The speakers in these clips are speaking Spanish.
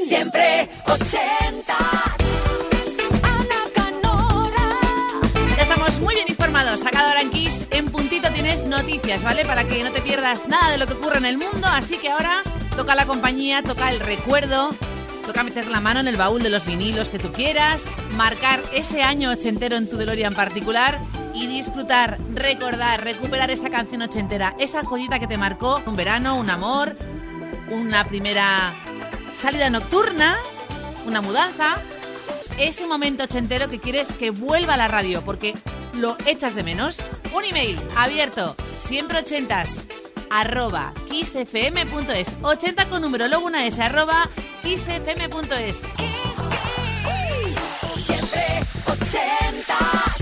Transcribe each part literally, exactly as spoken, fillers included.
Siempre ochentas. Ana Canora. Ya estamos muy bien informados. Acá ahora en Kiss, en puntito tienes noticias, ¿vale? Para que no te pierdas nada de lo que ocurre en el mundo. Así que ahora toca la compañía, toca el recuerdo, toca meter la mano en el baúl de los vinilos que tú quieras, marcar ese año ochentero en tu DeLorean en particular y disfrutar, recordar, recuperar esa canción ochentera, esa joyita que te marcó un verano, un amor, una primera salida nocturna, una mudanza, ese momento ochentero que quieres que vuelva a la radio porque lo echas de menos. Un email abierto, siempre ochentas, arroba kissfm.es, ochenta con número, luego una S, arroba kissfm.es. Kiss, Kiss. Siempre ochentas.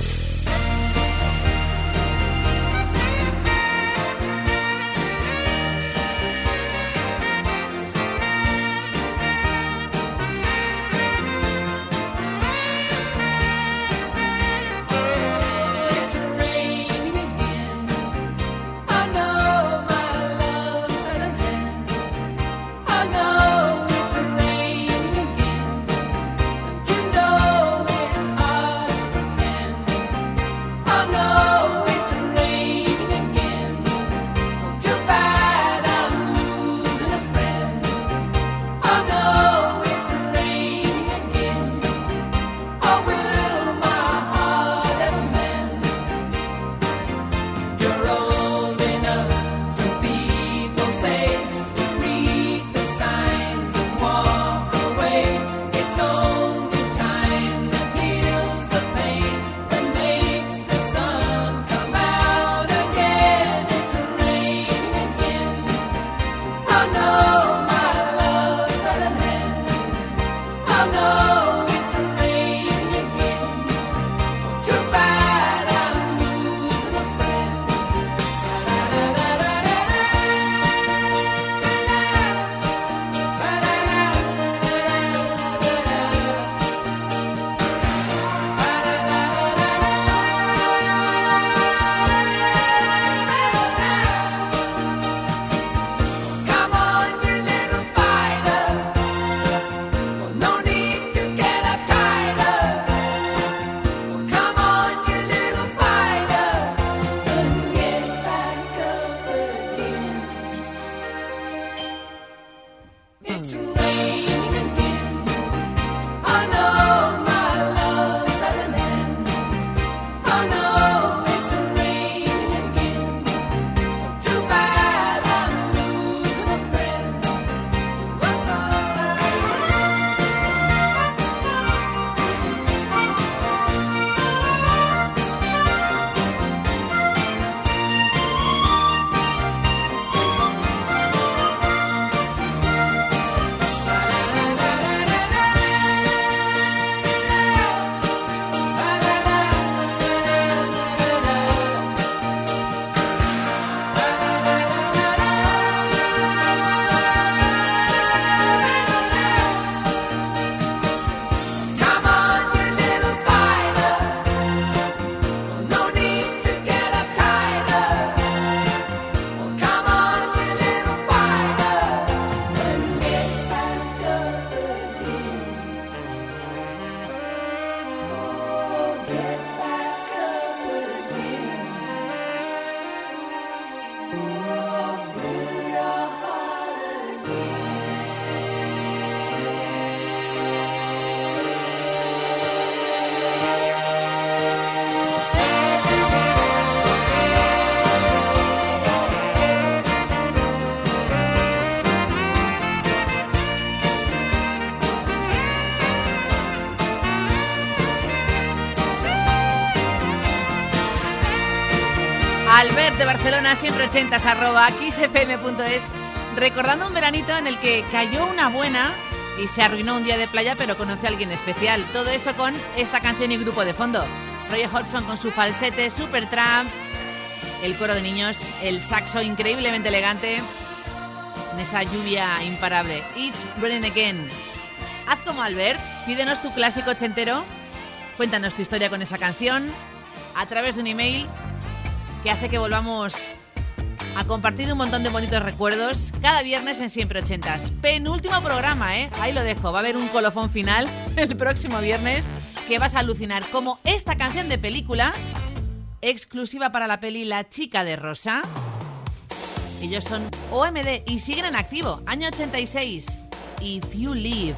Albert de Barcelona, siempre ochentas, arroba kissfm.es, recordando un veranito en el que cayó una buena y se arruinó un día de playa, pero conoció a alguien especial. Todo eso con esta canción y grupo de fondo. Roy Hodgson con su falsete, Supertramp, el coro de niños, el saxo increíblemente elegante en esa lluvia imparable. It's Raining Again. Haz como Albert, pídenos tu clásico ochentero, cuéntanos tu historia con esa canción a través de un email que hace que volvamos a compartir un montón de bonitos recuerdos cada viernes en Siempre Ochentas. Penúltimo programa, ¿eh? Ahí lo dejo. Va a haber un colofón final el próximo viernes que vas a alucinar, como esta canción de película exclusiva para la peli La chica de rosa. Ellos son O M D y siguen en activo. Año ochenta y seis. If You Leave.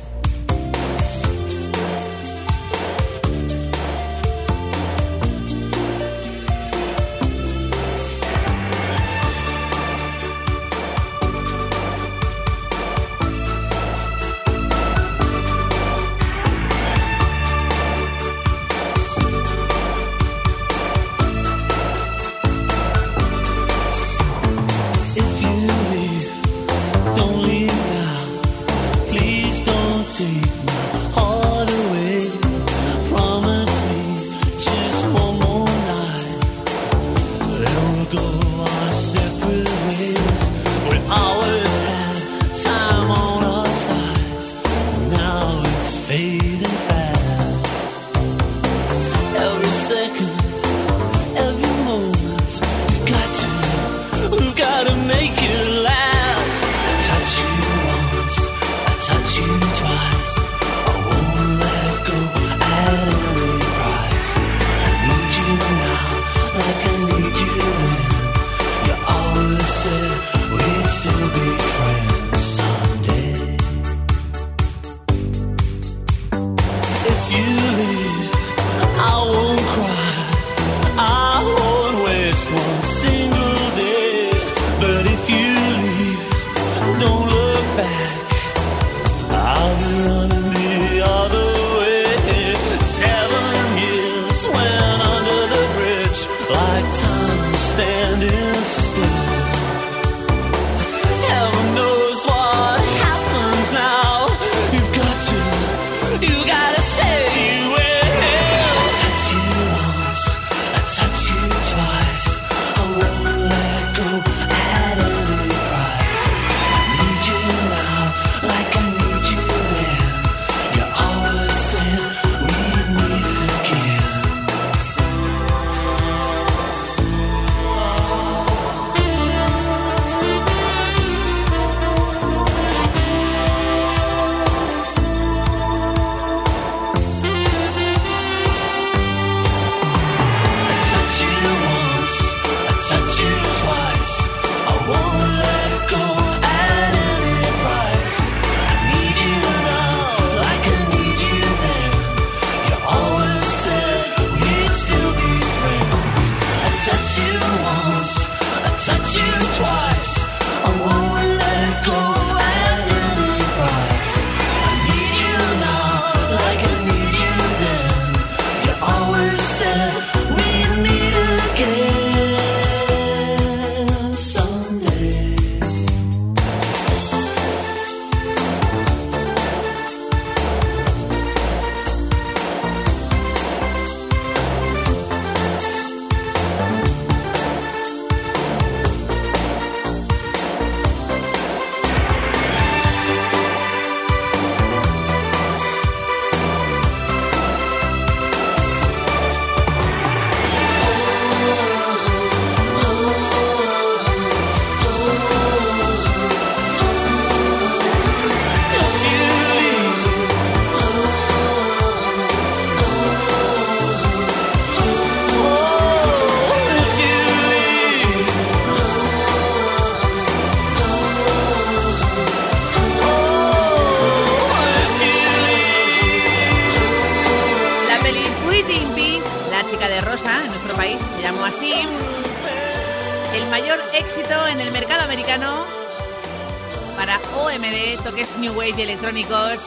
New Wave y electrónicos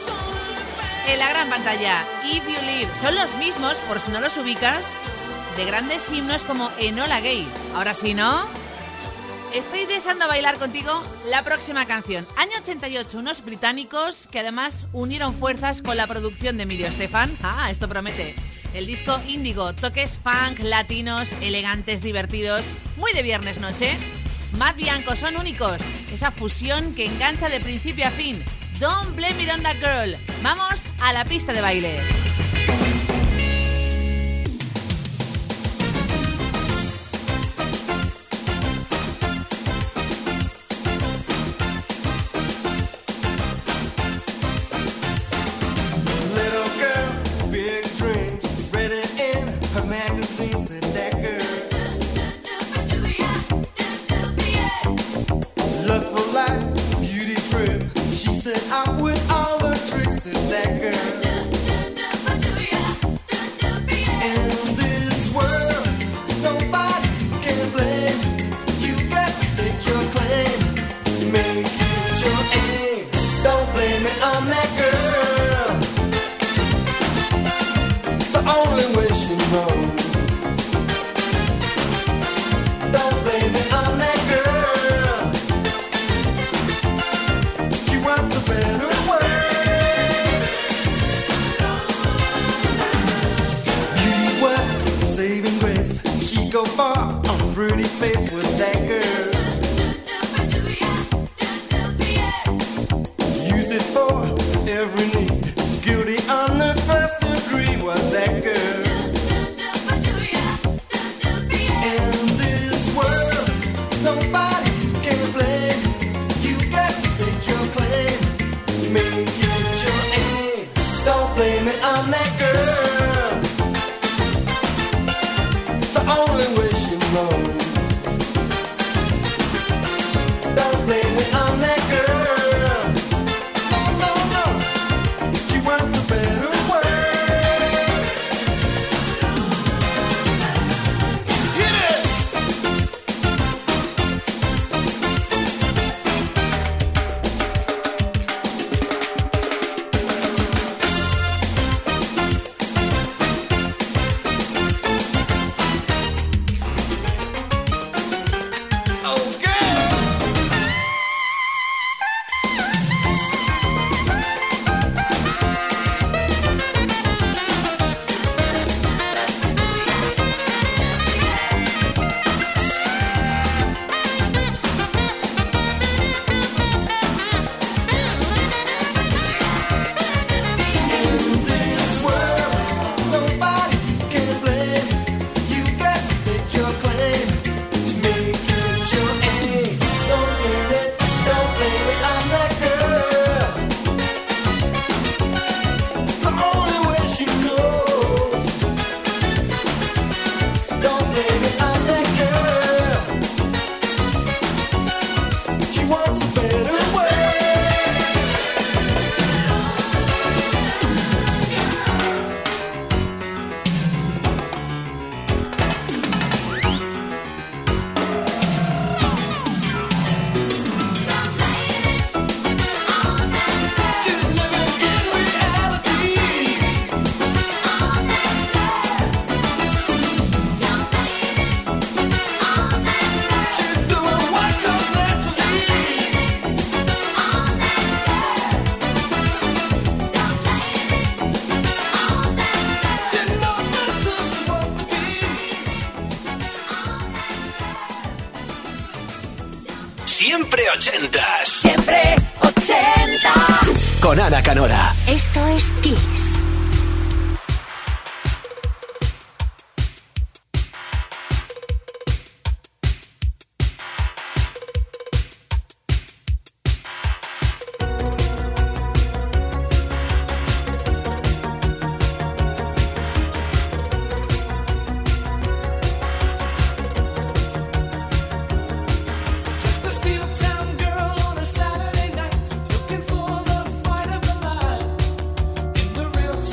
en la gran pantalla. If You Leave son los mismos, por si no los ubicas, de grandes himnos como Enola Gay. Ahora sí, ¿no? Estoy deseando bailar contigo la próxima canción. Año ochenta y ocho, unos británicos que además unieron fuerzas con la producción de Emilio Estefan. Ah, esto promete. El disco Índigo, toques funk, latinos, elegantes, divertidos, muy de viernes noche. Matt Bianco son únicos, esa fusión que engancha de principio a fin. Don't blame it on that girl. Vamos a la pista de baile. that girl. In this world, nobody can blame. You got to stake your claim. Make it your aim. Don't blame it on that girl. It's the only way she knows. Don't blame it on that girl. She wants a better world. You was the saving grace. She go far on a pretty face with that girl. Used it for every need. Guilty on the first degree was that girl. In this world, nobody can blame. You got to stake your claim. Make it your aim. Don't blame it on that girl. It's the only way she knows. Don't blame it on that girl. No, no, no. She wants a better world. Hit it! In this world, nobody can blame. You got to stake your claim. Make it your aim. Don't blame it, don't blame it on that girl. It's the only way she knows. Don't blame it on that girl. She wants a better world. Just living in reality. Just doing what comes naturally. Didn't know this is supposed to be. Siempre ochentas. Siempre ochentas. Con Ana Canora. Esto es Kiss. Just a steel town girl on a Saturday night, looking for the fight of her life. In the real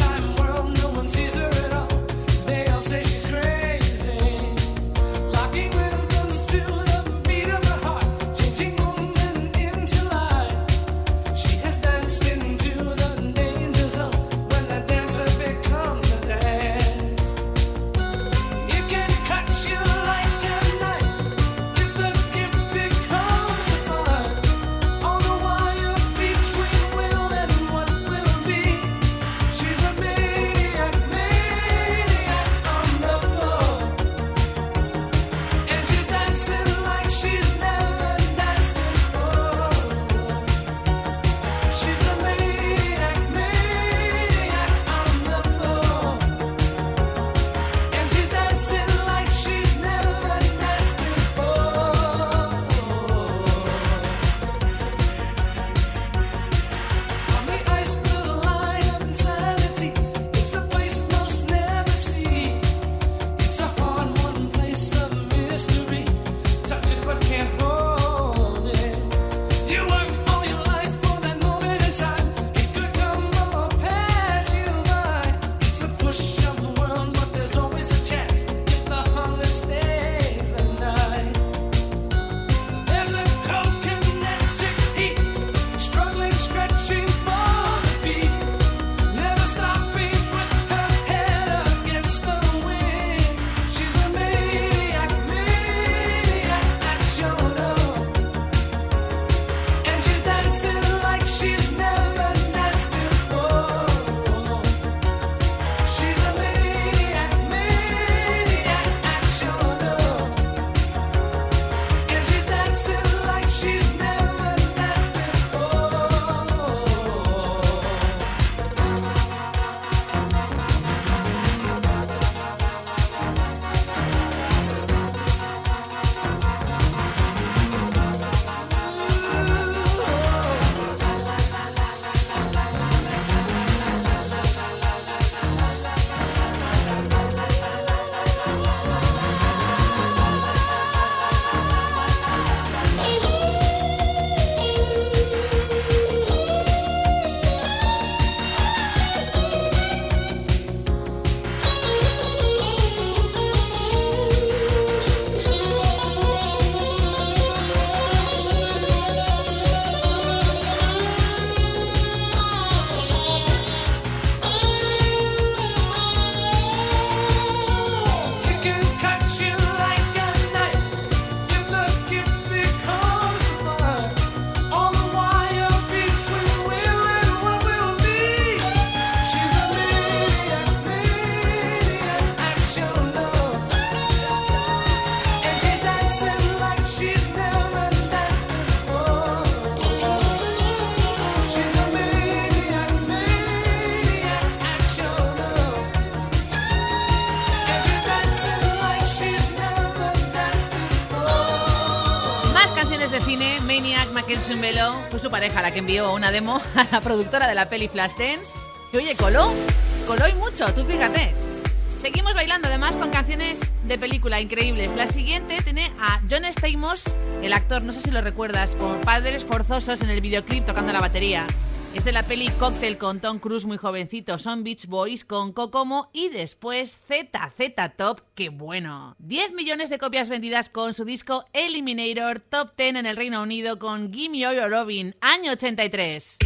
cine, Maniac Mackenzie Melo, fue su pareja la que envió una demo a la productora de la peli Flashdance. Que oye, coló, coló y mucho, tú fíjate. Seguimos bailando además con canciones de película increíbles. La siguiente tiene a John Stamos, el actor, no sé si lo recuerdas, por Padres Forzosos en el videoclip tocando la batería. Es de la peli Cocktail con Tom Cruise muy jovencito, son Beach Boys con Kokomo y después Z Z Top, ¡qué bueno! diez millones de copias vendidas con su disco Eliminator, Top diez en el Reino Unido con Gimme Your Robin, año ochenta y tres.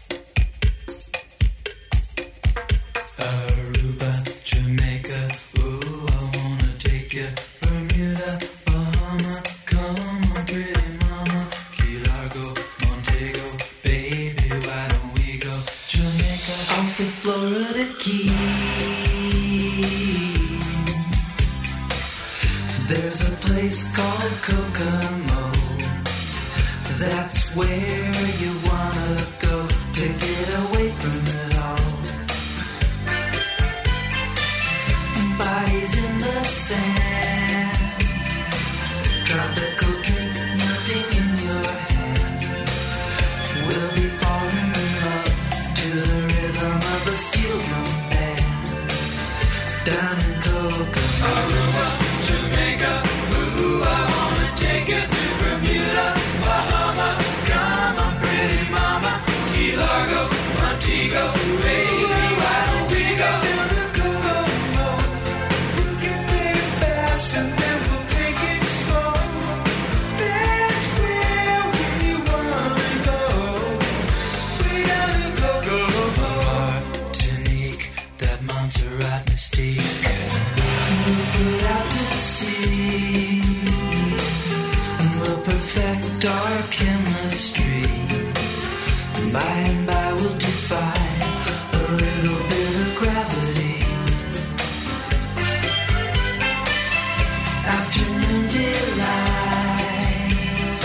Aruba, Jamaica, ooh, I wanna take you. Bermuda, Bahama, come on, pretty mama. Key Largo, Montego, baby, why don't we go? Jamaica, off the Florida Keys. There's a place called Kokomo. That's where you wanna go to get away from it all. Bodies in the sand, tropical drink melting in your hand. We'll be falling in love to the rhythm of a steel drum band. Down in Kokomo, Aruba, Jamaica, ooh, I wanna take you to Bermuda, Bahama. Come on, pretty mama, Key Largo, Montego, baby, why don't we go? And then we'll take it slow. That's where we wanna go. We gotta go, go, go. Martinique, that Montserrat mystique. We'll put out to sea. We'll perfect our chemistry. By and by we'll defy a little bit of gravity. Afternoon delight,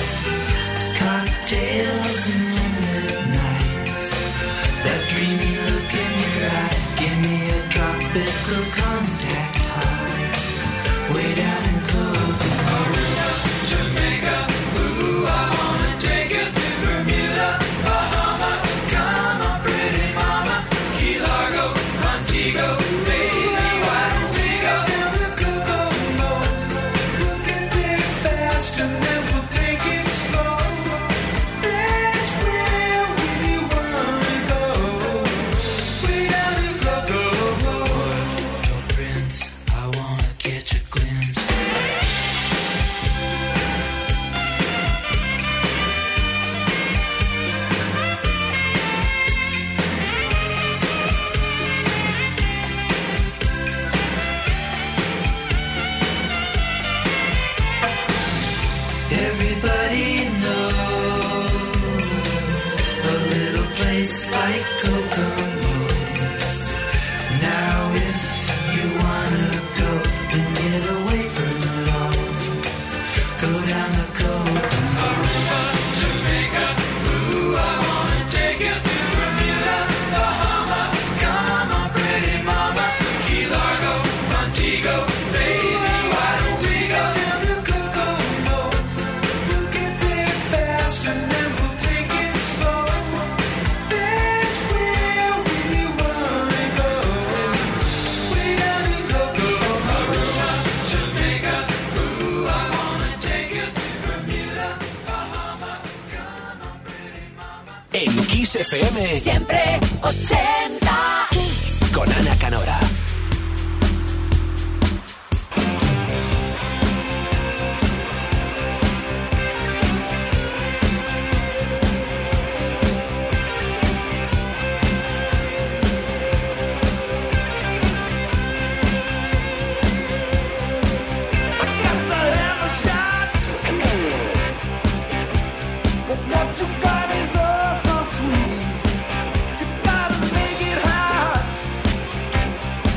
cocktails and moonlit nights. That dreamy look in your eye, give me a tropical contact high. Way down in Kokomo, Aruba, Jamaica, ooh, I wanna take you to Bermuda, Bahama. Come on, pretty mama, Key Largo, Montego, baby, why don't we go down to Kokomo? And then we'll take it slow. That's where we wanna go. We gotta go, go, go. Puerto Prince, I wanna catch a glimpse. Everybody knows a little place like Kokomo. Now if you wanna go and get away from it all, go down to Kokomo, Aruba, Jamaica, ooh, I wanna take you to Bermuda, Bahama. Come on, pretty mama, Key Largo, Montego, baby, why don't we go down to Kokomo? And then we'll take it slow. That's where we wanna go. We gotta go, go. Aruba, Jamaica, ooh, I wanna take you to Bermuda, Bahama. Come on, pretty mama. En Kiss F M, Siempre ochenta. con Ana Canora. What you got is oh so sweet. You gotta make it hot.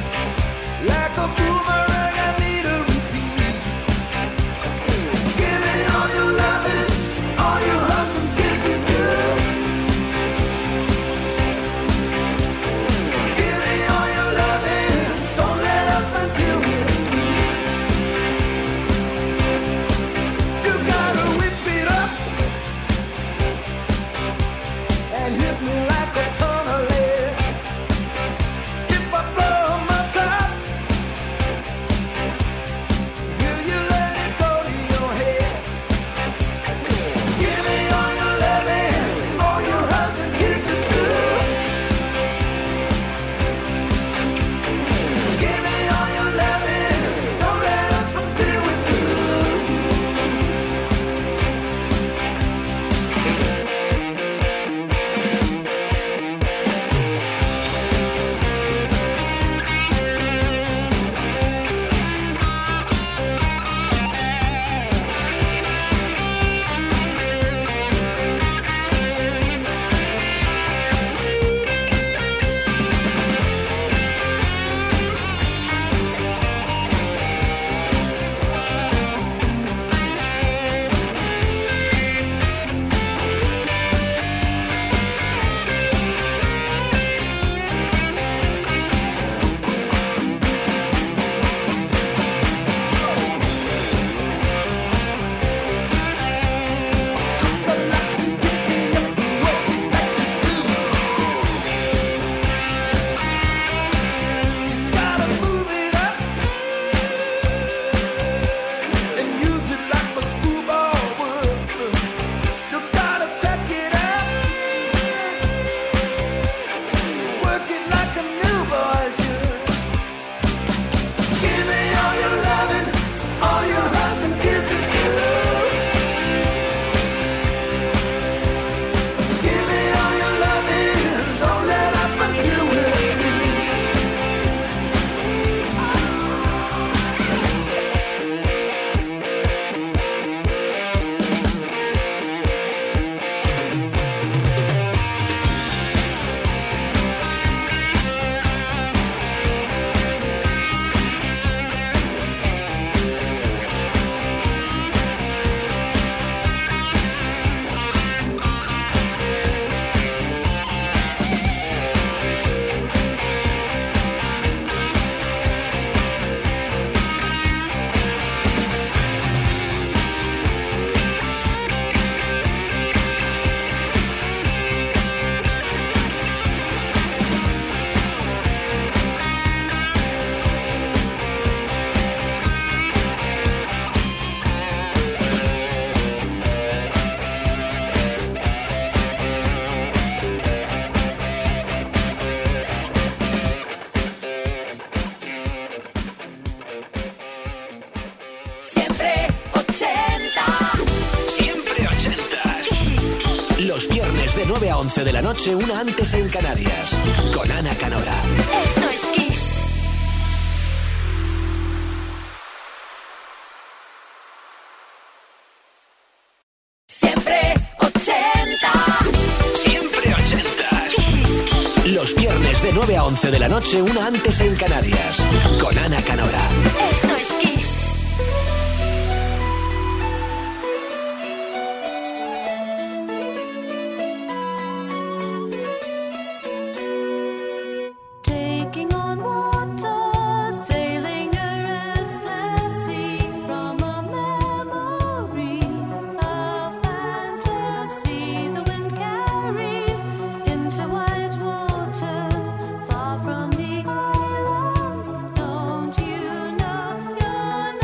nueve a once de la noche, una antes en Canarias. Con Ana Canora. Esto es Kiss. Siempre ochentas. Siempre ochentas. Kiss, Kiss. Los viernes de nueve a once de la noche, una antes en Canarias. Con Ana Canora. Esto es Kiss. Taking on water, sailing a restless sea from a memory, a fantasy the wind carries into white water, far from the islands. Don't you know you're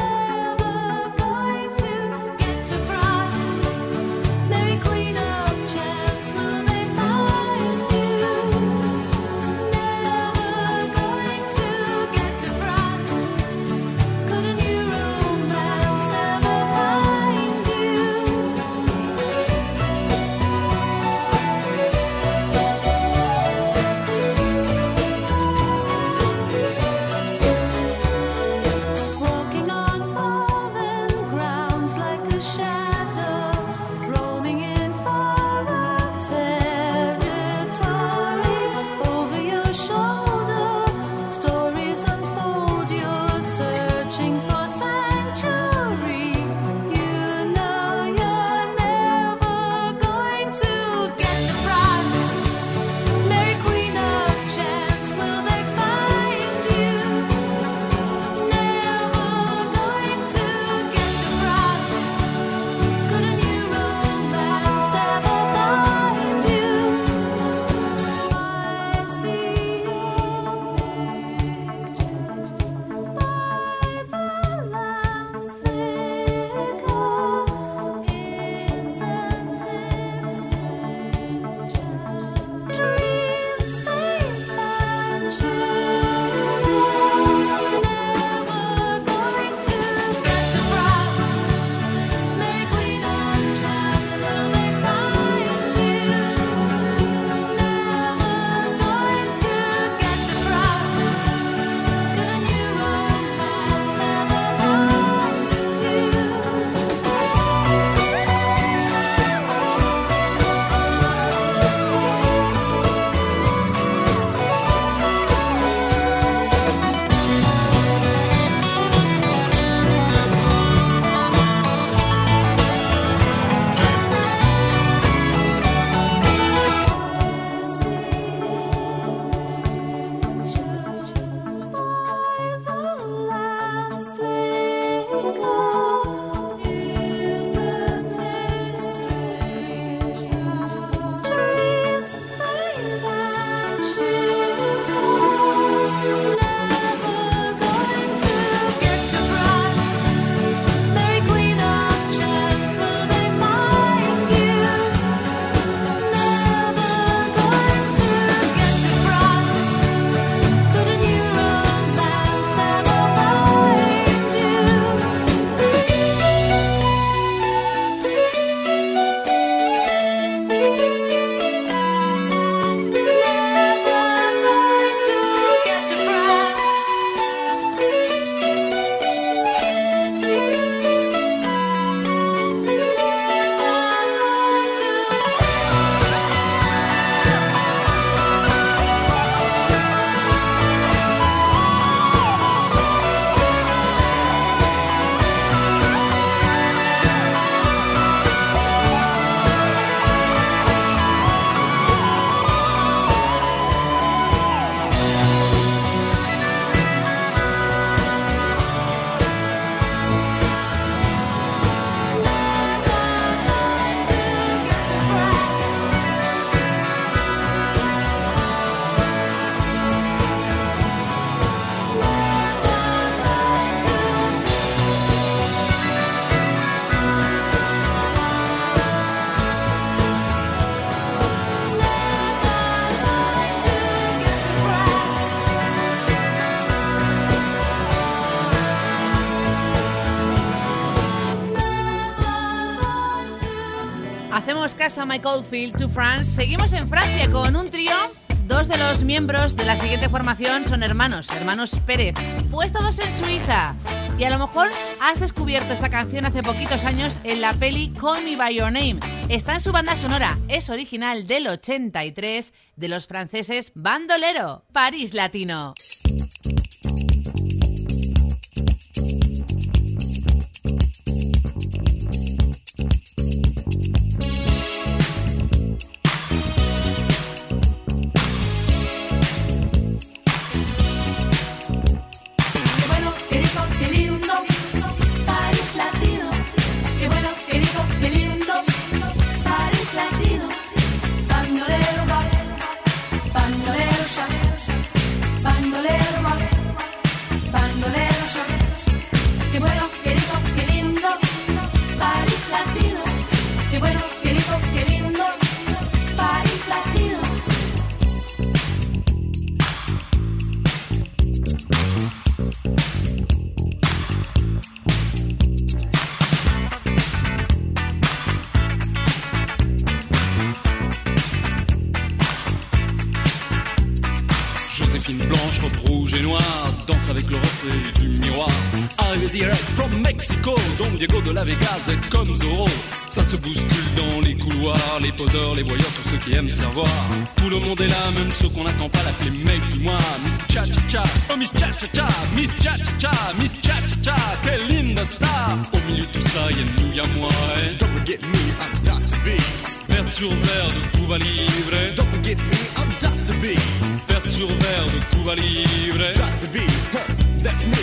hacemos caso a Mike Oldfield, To France, seguimos en Francia con un trío. Dos de los miembros de la siguiente formación son hermanos, hermanos Pérez, pues todos en Suiza. Y a lo mejor has descubierto esta canción hace poquitos años en la peli Call Me By Your Name. Está en su banda sonora, es original del ochenta y tres de los franceses Bandolero, París Latino. Joséphine blanche, robe rouge et noire, danse avec le reflet du miroir. Arrivé direct from Mexico, Don Diego de la Vegas est comme Zorro. Ça se bouscule dans les couloirs, les poseurs, les voyeurs, tous ceux qui aiment se faire voir. Tout le monde est là, même ceux qu'on n'attend pas, l'appeler mec du mois. Miss Cha-Cha-Cha, oh Miss Cha-Cha-Cha, Miss Cha-Cha-Cha, Miss Cha-Cha-Cha, quelle linda star. Au milieu de tout ça, y'a nous, y'a moi. Eh. Don't forget me, I'm Doctor B. Vers sur verre de Cuba Libre. Don't forget me, I'm Doctor B. Vers sur verre de Cuba Libre. Doctor B, huh, that's me.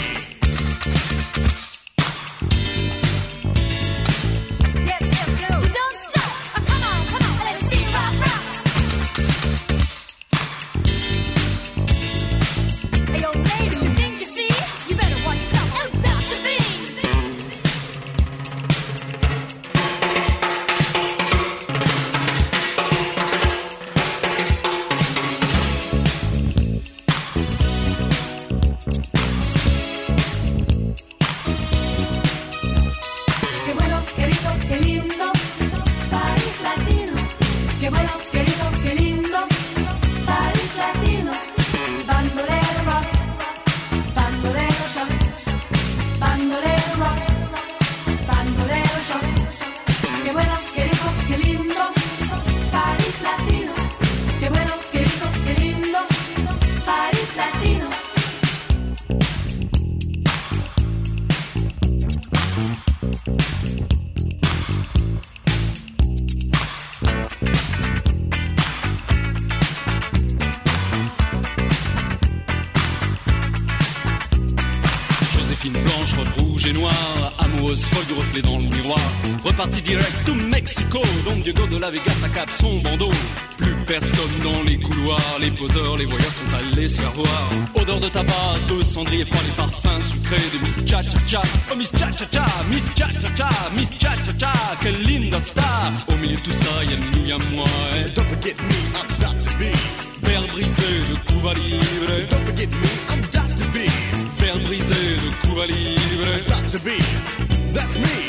Reparti direct to Mexico, Don Diego de la Vegas accable son bandeau. Plus personne dans les couloirs, les poseurs, les voyeurs sont allés se faire voir. Odeur de tabac, de cendrier froid, les parfums sucrés de Miss Cha-Cha-Cha. Oh Miss Cha-Cha-Cha, Miss Cha-Cha-Cha, Miss Cha-Cha-Cha, quelle linda star. Au milieu de tout ça, y'a nous, y'a moi. Eh. Don't forget me, I'm Doctor B. Verre brisé de Cuba Libre. Don't forget me, I'm Doctor B. Verre brisé de Cuba Libre. Doctor B, that's me.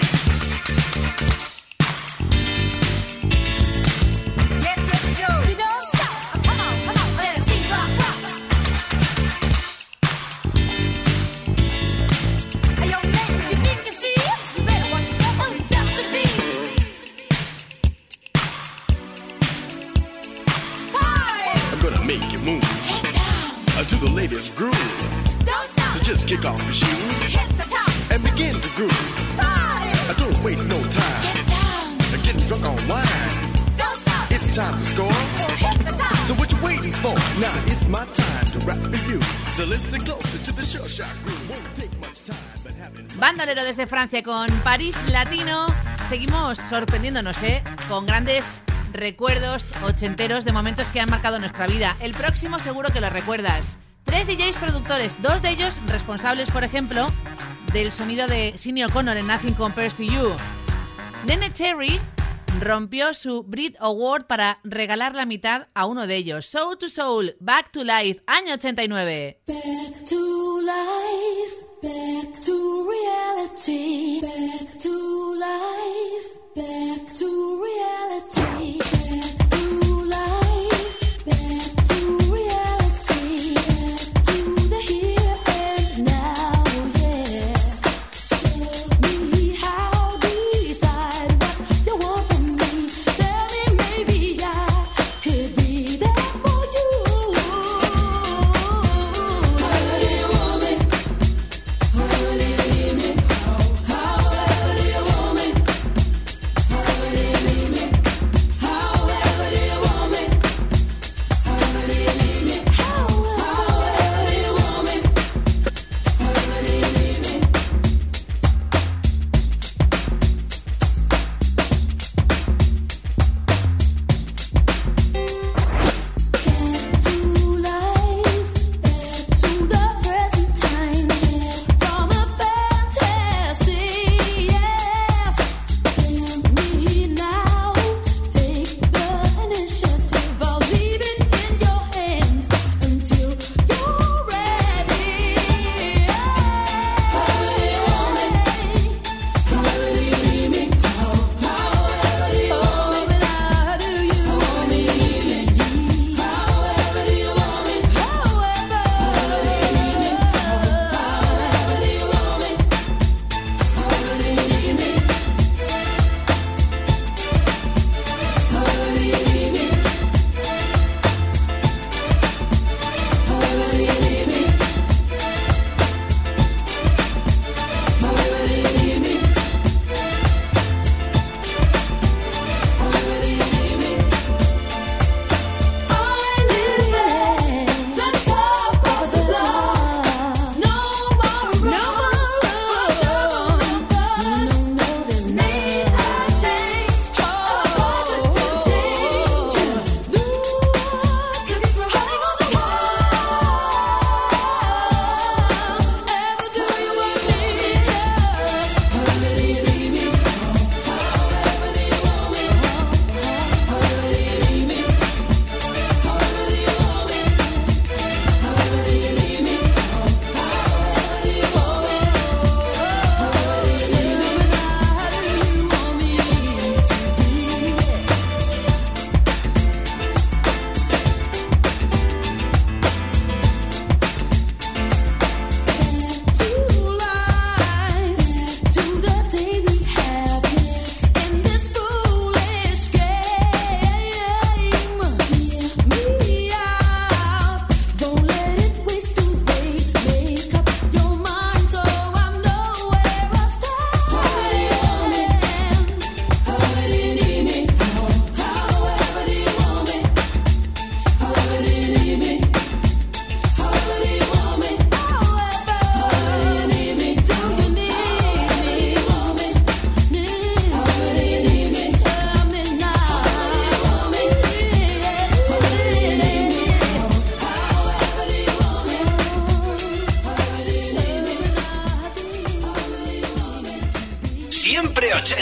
To the latest groove. Don't stop. So just kick off your shoes. Hit the top. And begin to groove. Party. I don't waste no time. Get down. Getting drunk on wine. Don't stop. It's time to score. Hit the top. So what you waiting for? Now it's my time to rap for you. So listen closer to the sure shot groove. Won't take much time, but having... Bandolero desde Francia con París Latino. Seguimos sorprendiéndonos, ¿eh? Con grandes recuerdos ochenteros de momentos que han marcado nuestra vida. El próximo seguro que lo recuerdas. Tres D Js productores, dos de ellos responsables, por ejemplo, del sonido de Sinéad O'Connor en Nothing Compares to You. Nene Cherry rompió su Brit Award para regalar la mitad a uno de ellos. Soul to Soul, Back to Life, año ochenta y nueve. Back to life, back to reality, back to life, back to reality.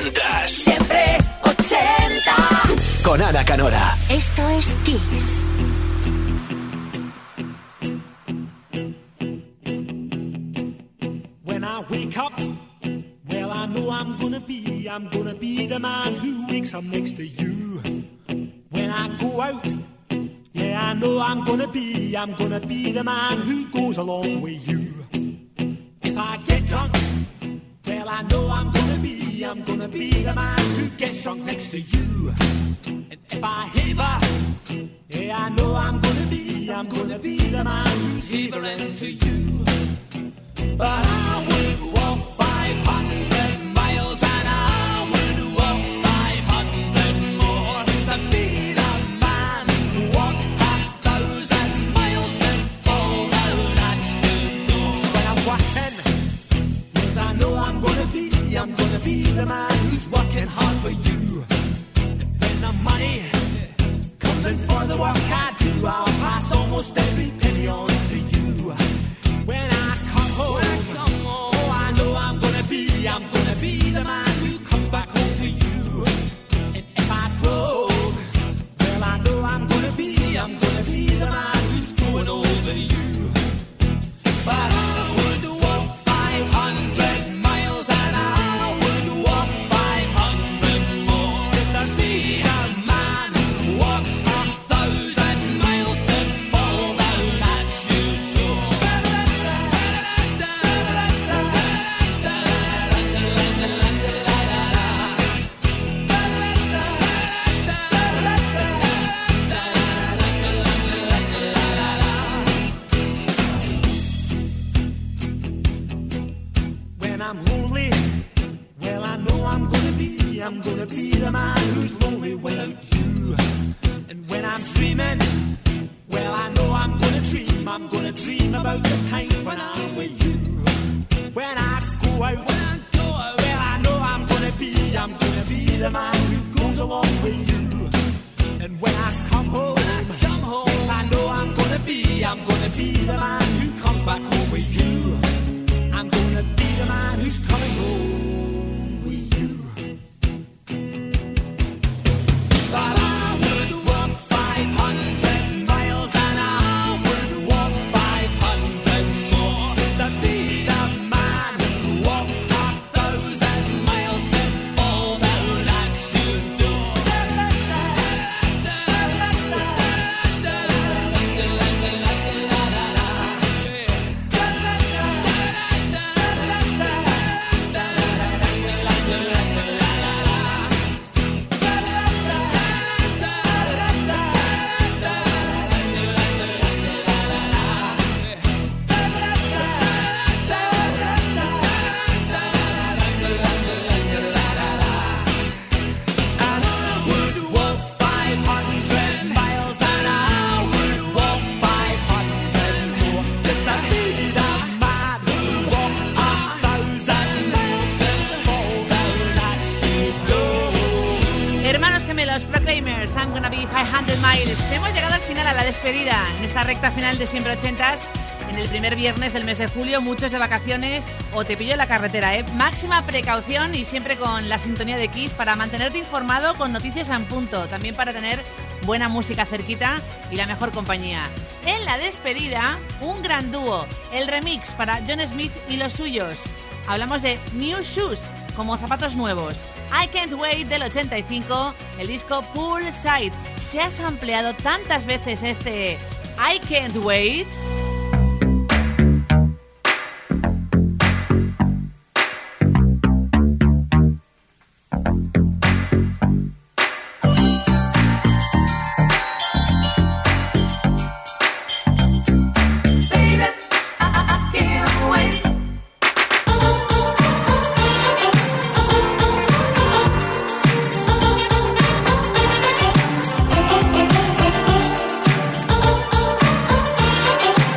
ochentas. Siempre ochentas. Con Ana Canora. Esto es Kiss. When I wake up, well, I know I'm gonna be, I'm gonna be the man who wakes up next to you. When I go out, yeah, I know I'm gonna be, I'm gonna be the man who goes along with you. If I get drunk, well, I know I'm gonna be, I'm gonna be the man who gets drunk next to you. And if I haver, yeah, I know I'm gonna be, I'm gonna be the man who's havering to you. But I would walk five hundred miles and I would walk five hundred more just to be the man who walked a thousand miles to fall down at your door. When I'm walking, yes, I know I'm gonna be, I'm gonna be the man who's working hard for you. And when the money comes in for the work I do, I'll pass almost every penny on to you. When I come home, when I come home, oh, I know I'm gonna be, I'm gonna be the man who comes back home to you. And if I broke, well, I know I'm gonna be, I'm gonna be the man who's going over you. But I would walk five hundred miles and I would walk five hundred more just to be the man who walks a thousand miles to fall down at your door. When I'm lonely, well, I know I'm gonna be, I'm gonna be the man who's lonely without you. And when I'm dreaming, well, I know I'm gonna dream, I'm gonna dream about the time when I'm with you. When I go out, when I go out, well, I know I'm gonna be, I'm gonna be the man who goes along with you. And when I come home, when I come home, yes, I know I'm gonna be, I'm gonna be the man who comes back home with you. I'm gonna be the man who's coming home with you. But I would walk five hundred miles and I would walk five hundred more just to be the man who walks a thousand miles to fall down at your door. Los Proclaimers, I'm Gonna Be five hundred miles. Hemos llegado al final, a la despedida, en esta recta final de Siempre Ochentas. En el primer viernes del mes de julio, muchos de vacaciones o te pillo en la carretera, ¿eh? Máxima precaución y siempre con la sintonía de Kiss para mantenerte informado con noticias en punto. También para tener buena música cerquita y la mejor compañía. En la despedida, un gran dúo, el remix para John Smith y los suyos. Hablamos de New Shoes, como zapatos nuevos. I Can't Wait del ochenta y cinco, el disco Poolside. Se ha sampleado tantas veces este I Can't Wait. Oh,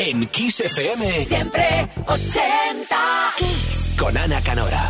En Kiss F M. Siempre ochenta. Kiss. Con Ana Canora.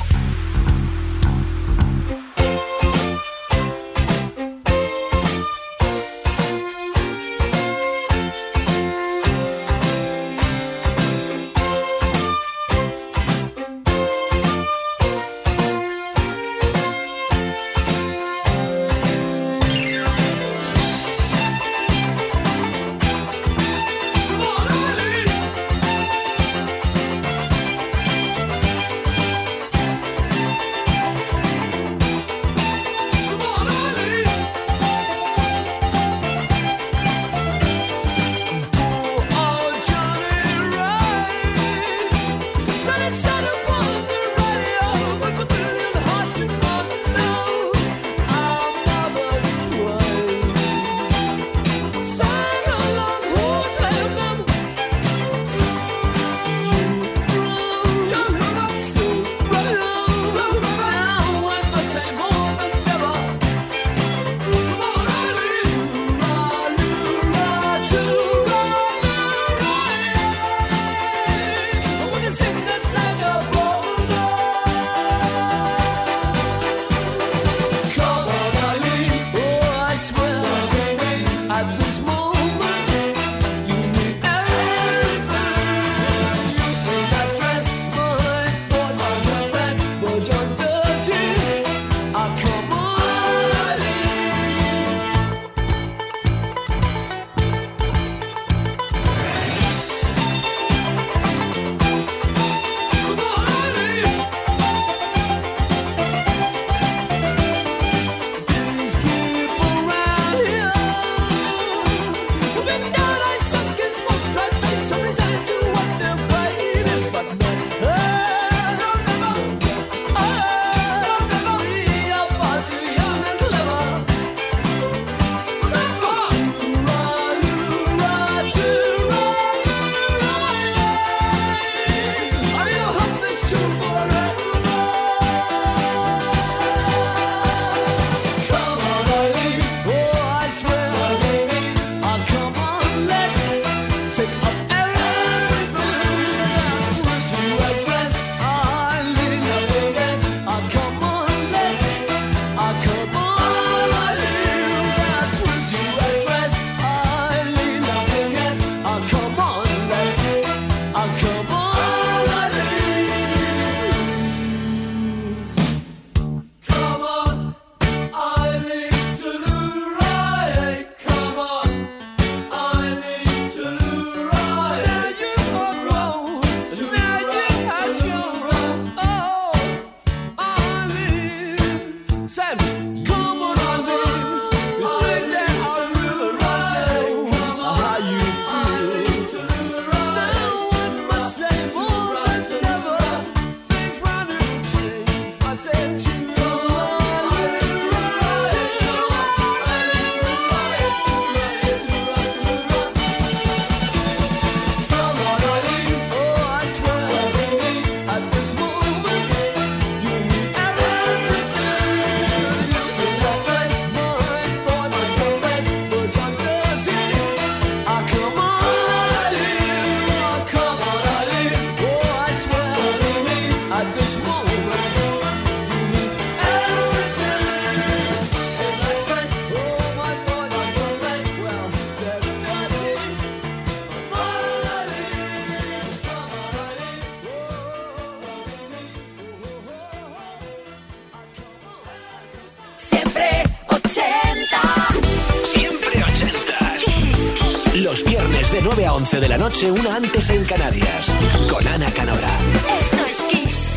De nueve a once de la noche, una antes en Canarias. Con Ana Canora. Esto es Kiss.